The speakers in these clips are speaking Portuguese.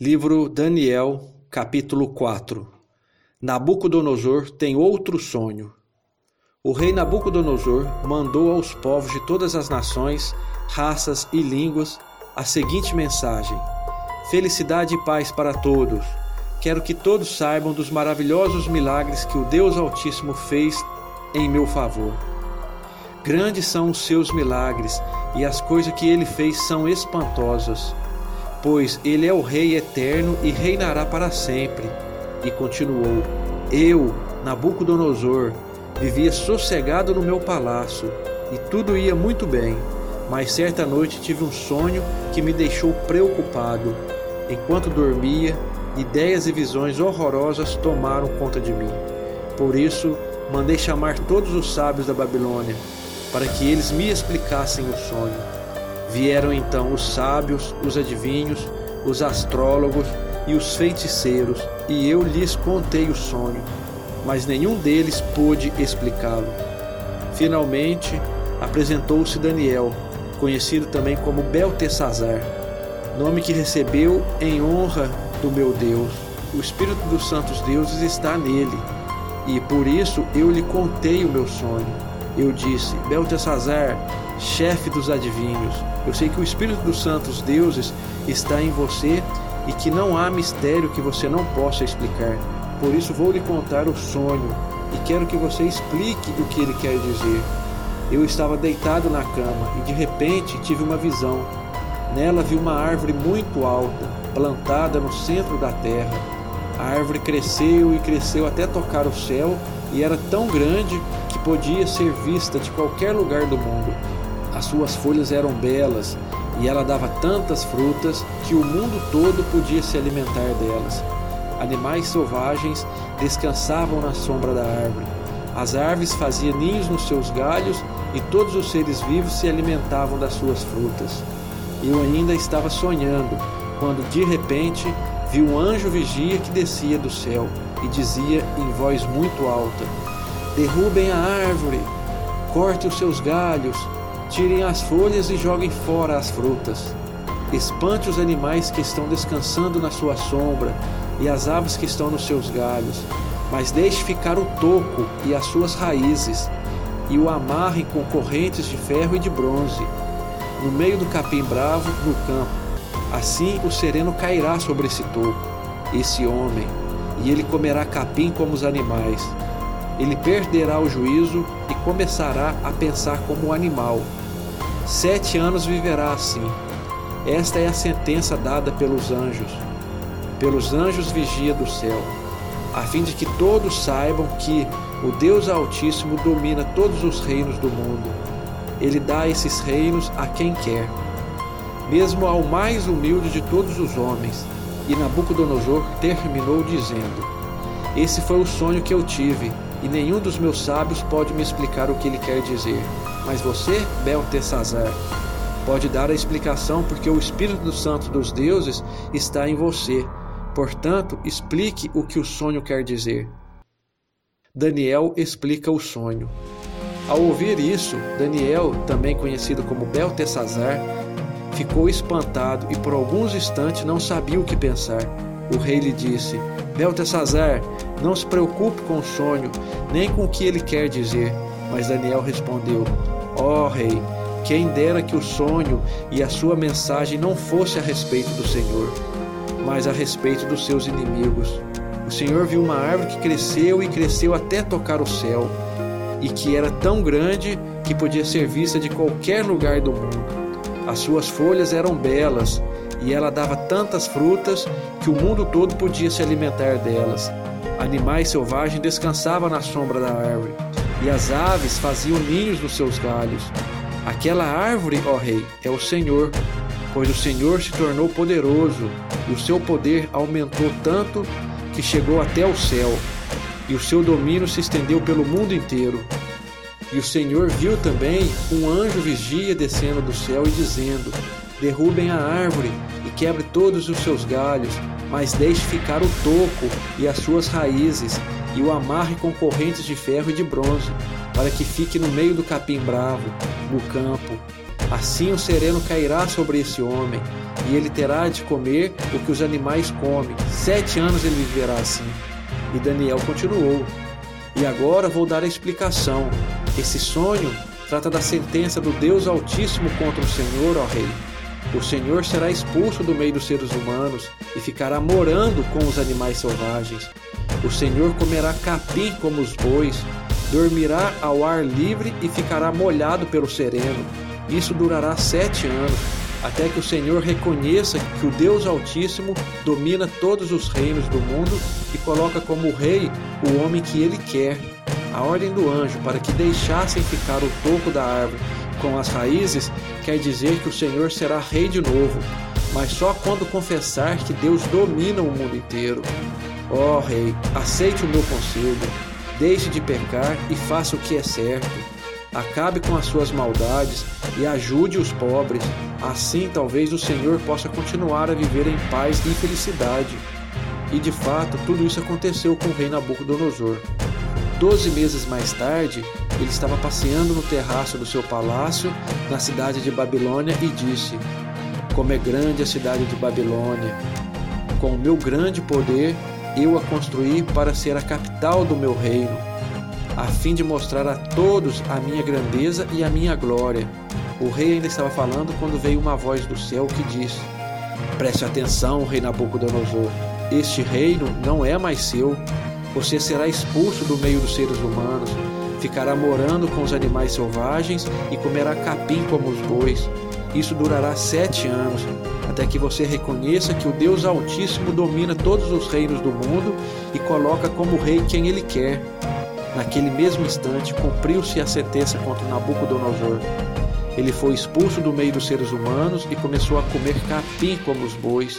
Livro Daniel, capítulo 4. Nabucodonosor tem outro sonho. O rei Nabucodonosor mandou aos povos de todas as nações, raças e línguas a seguinte mensagem: Felicidade e paz para todos. Quero que todos saibam dos maravilhosos milagres que o Deus Altíssimo fez em meu favor. Grandes são os seus milagres, e as coisas que ele fez são espantosas. Pois ele é o Rei eterno e reinará para sempre. E continuou: Eu, Nabucodonosor, vivia sossegado no meu palácio, e tudo ia muito bem. Mas certa noite tive um sonho que me deixou preocupado. Enquanto dormia, ideias e visões horrorosas tomaram conta de mim. Por isso, mandei chamar todos os sábios da Babilônia, para que eles me explicassem o sonho. Vieram então os sábios, os adivinhos, os astrólogos e os feiticeiros, e eu lhes contei o sonho, mas nenhum deles pôde explicá-lo. Finalmente, apresentou-se Daniel, conhecido também como Beltesazar, nome que recebeu em honra do meu Deus. O Espírito dos Santos Deuses está nele, e por isso eu lhe contei o meu sonho. Eu disse: Beltesazar, chefe dos adivinhos, eu sei que o Espírito dos Santos Deuses está em você e que não há mistério que você não possa explicar. Por isso vou lhe contar o sonho e quero que você explique o que ele quer dizer. Eu estava deitado na cama e de repente tive uma visão. Nela vi uma árvore muito alta, plantada no centro da terra. A árvore cresceu e cresceu até tocar o céu e era tão grande que podia ser vista de qualquer lugar do mundo. As suas folhas eram belas e ela dava tantas frutas que o mundo todo podia se alimentar delas. Animais selvagens descansavam na sombra da árvore. As árvores faziam ninhos nos seus galhos e todos os seres vivos se alimentavam das suas frutas. Eu ainda estava sonhando quando de repente vi um anjo vigia que descia do céu e dizia em voz muito alta: Derrubem a árvore, cortem os seus galhos, tirem as folhas e joguem fora as frutas. Espante os animais que estão descansando na sua sombra e as aves que estão nos seus galhos, mas deixe ficar o toco e as suas raízes, e o amarrem com correntes de ferro e de bronze, no meio do capim bravo no campo. Assim o sereno cairá sobre esse toco, esse homem, e ele comerá capim como os animais. Ele perderá o juízo e começará a pensar como um animal. 7 anos viverá assim. Esta é a sentença dada pelos anjos vigia do céu, a fim de que todos saibam que o Deus Altíssimo domina todos os reinos do mundo. Ele dá esses reinos a quem quer, mesmo ao mais humilde de todos os homens. E Nabucodonosor terminou dizendo: Esse foi o sonho que eu tive, e nenhum dos meus sábios pode me explicar o que ele quer dizer. Mas você, Beltesazar, pode dar a explicação, porque o Espírito dos Santos dos Deuses está em você. Portanto, explique o que o sonho quer dizer. Daniel explica o sonho. Ao ouvir isso, Daniel, também conhecido como Beltesazar, ficou espantado e por alguns instantes não sabia o que pensar. O rei lhe disse: Beltesazar, não se preocupe com o sonho, nem com o que ele quer dizer. Mas Daniel respondeu: Ó rei, quem dera que o sonho e a sua mensagem não fosse a respeito do Senhor, mas a respeito dos seus inimigos. O Senhor viu uma árvore que cresceu e cresceu até tocar o céu, e que era tão grande que podia ser vista de qualquer lugar do mundo. As suas folhas eram belas, e ela dava tantas frutas que o mundo todo podia se alimentar delas. Animais selvagens descansavam na sombra da árvore, e as aves faziam ninhos nos seus galhos. Aquela árvore, ó rei, é o Senhor, pois o Senhor se tornou poderoso, e o seu poder aumentou tanto que chegou até o céu, e o seu domínio se estendeu pelo mundo inteiro. E o Senhor viu também um anjo vigia descendo do céu e dizendo: Derrubem a árvore e quebre todos os seus galhos, mas deixe ficar o toco e as suas raízes, e o amarre com correntes de ferro e de bronze, para que fique no meio do capim bravo, no campo. Assim o sereno cairá sobre esse homem, e ele terá de comer o que os animais comem. 7 anos ele viverá assim. E Daniel continuou: e agora vou dar a explicação. Esse sonho trata da sentença do Deus Altíssimo contra o Senhor, ó rei. O Senhor será expulso do meio dos seres humanos e ficará morando com os animais selvagens. O Senhor comerá capim como os bois, dormirá ao ar livre e ficará molhado pelo sereno. Isso durará 7 anos, até que o Senhor reconheça que o Deus Altíssimo domina todos os reinos do mundo e coloca como rei o homem que ele quer. A ordem do anjo para que deixassem ficar o toco da árvore com as raízes quer dizer que o Senhor será rei de novo, mas só quando confessar que Deus domina o mundo inteiro. Ó rei, aceite o meu conselho, deixe de pecar e faça o que é certo. Acabe com as suas maldades e ajude os pobres. Assim talvez o Senhor possa continuar a viver em paz e felicidade. E de fato, tudo isso aconteceu com o rei Nabucodonosor. 12 meses mais tarde, ele estava passeando no terraço do seu palácio na cidade de Babilônia e disse: como é grande a cidade de Babilônia! Com o meu grande poder, eu a construí para ser a capital do meu reino, a fim de mostrar a todos a minha grandeza e a minha glória. O rei ainda estava falando quando veio uma voz do céu que disse: preste atenção, rei Nabucodonosor, este reino não é mais seu. Você será expulso do meio dos seres humanos, ficará morando com os animais selvagens e comerá capim como os bois. Isso durará 7 anos, até que você reconheça que o Deus Altíssimo domina todos os reinos do mundo e coloca como rei quem ele quer. Naquele mesmo instante, cumpriu-se a sentença contra Nabucodonosor. Ele foi expulso do meio dos seres humanos e começou a comer capim como os bois.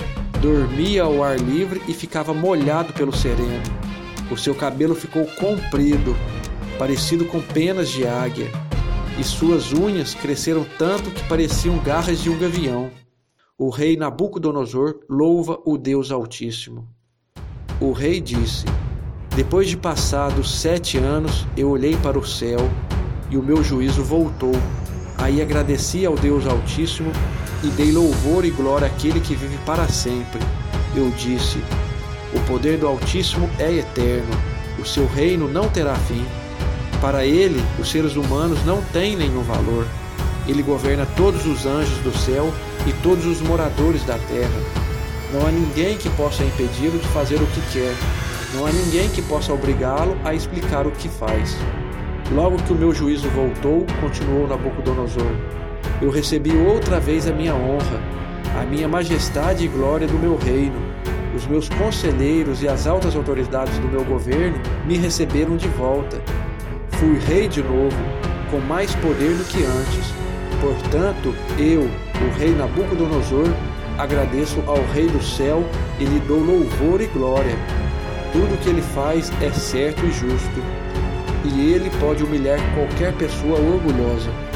Dormia ao ar livre e ficava molhado pelo sereno. O seu cabelo ficou comprido, parecido com penas de águia, e suas unhas cresceram tanto que pareciam garras de um gavião. O rei Nabucodonosor louva o Deus Altíssimo. O rei disse: depois de passados 7 anos, eu olhei para o céu e o meu juízo voltou. Aí agradeci ao Deus Altíssimo e dei louvor e glória àquele que vive para sempre. Eu disse: o poder do Altíssimo é eterno, o seu reino não terá fim. Para ele, os seres humanos não têm nenhum valor. Ele governa todos os anjos do céu e todos os moradores da terra. Não há ninguém que possa impedi-lo de fazer o que quer. Não há ninguém que possa obrigá-lo a explicar o que faz. Logo que o meu juízo voltou, continuou Nabucodonosor, eu recebi outra vez a minha honra, a minha majestade e glória do meu reino. Os meus conselheiros e as altas autoridades do meu governo me receberam de volta. Fui rei de novo, com mais poder do que antes. Portanto, eu, o rei Nabucodonosor, agradeço ao Rei do céu e lhe dou louvor e glória. Tudo o que ele faz é certo e justo, e ele pode humilhar qualquer pessoa orgulhosa.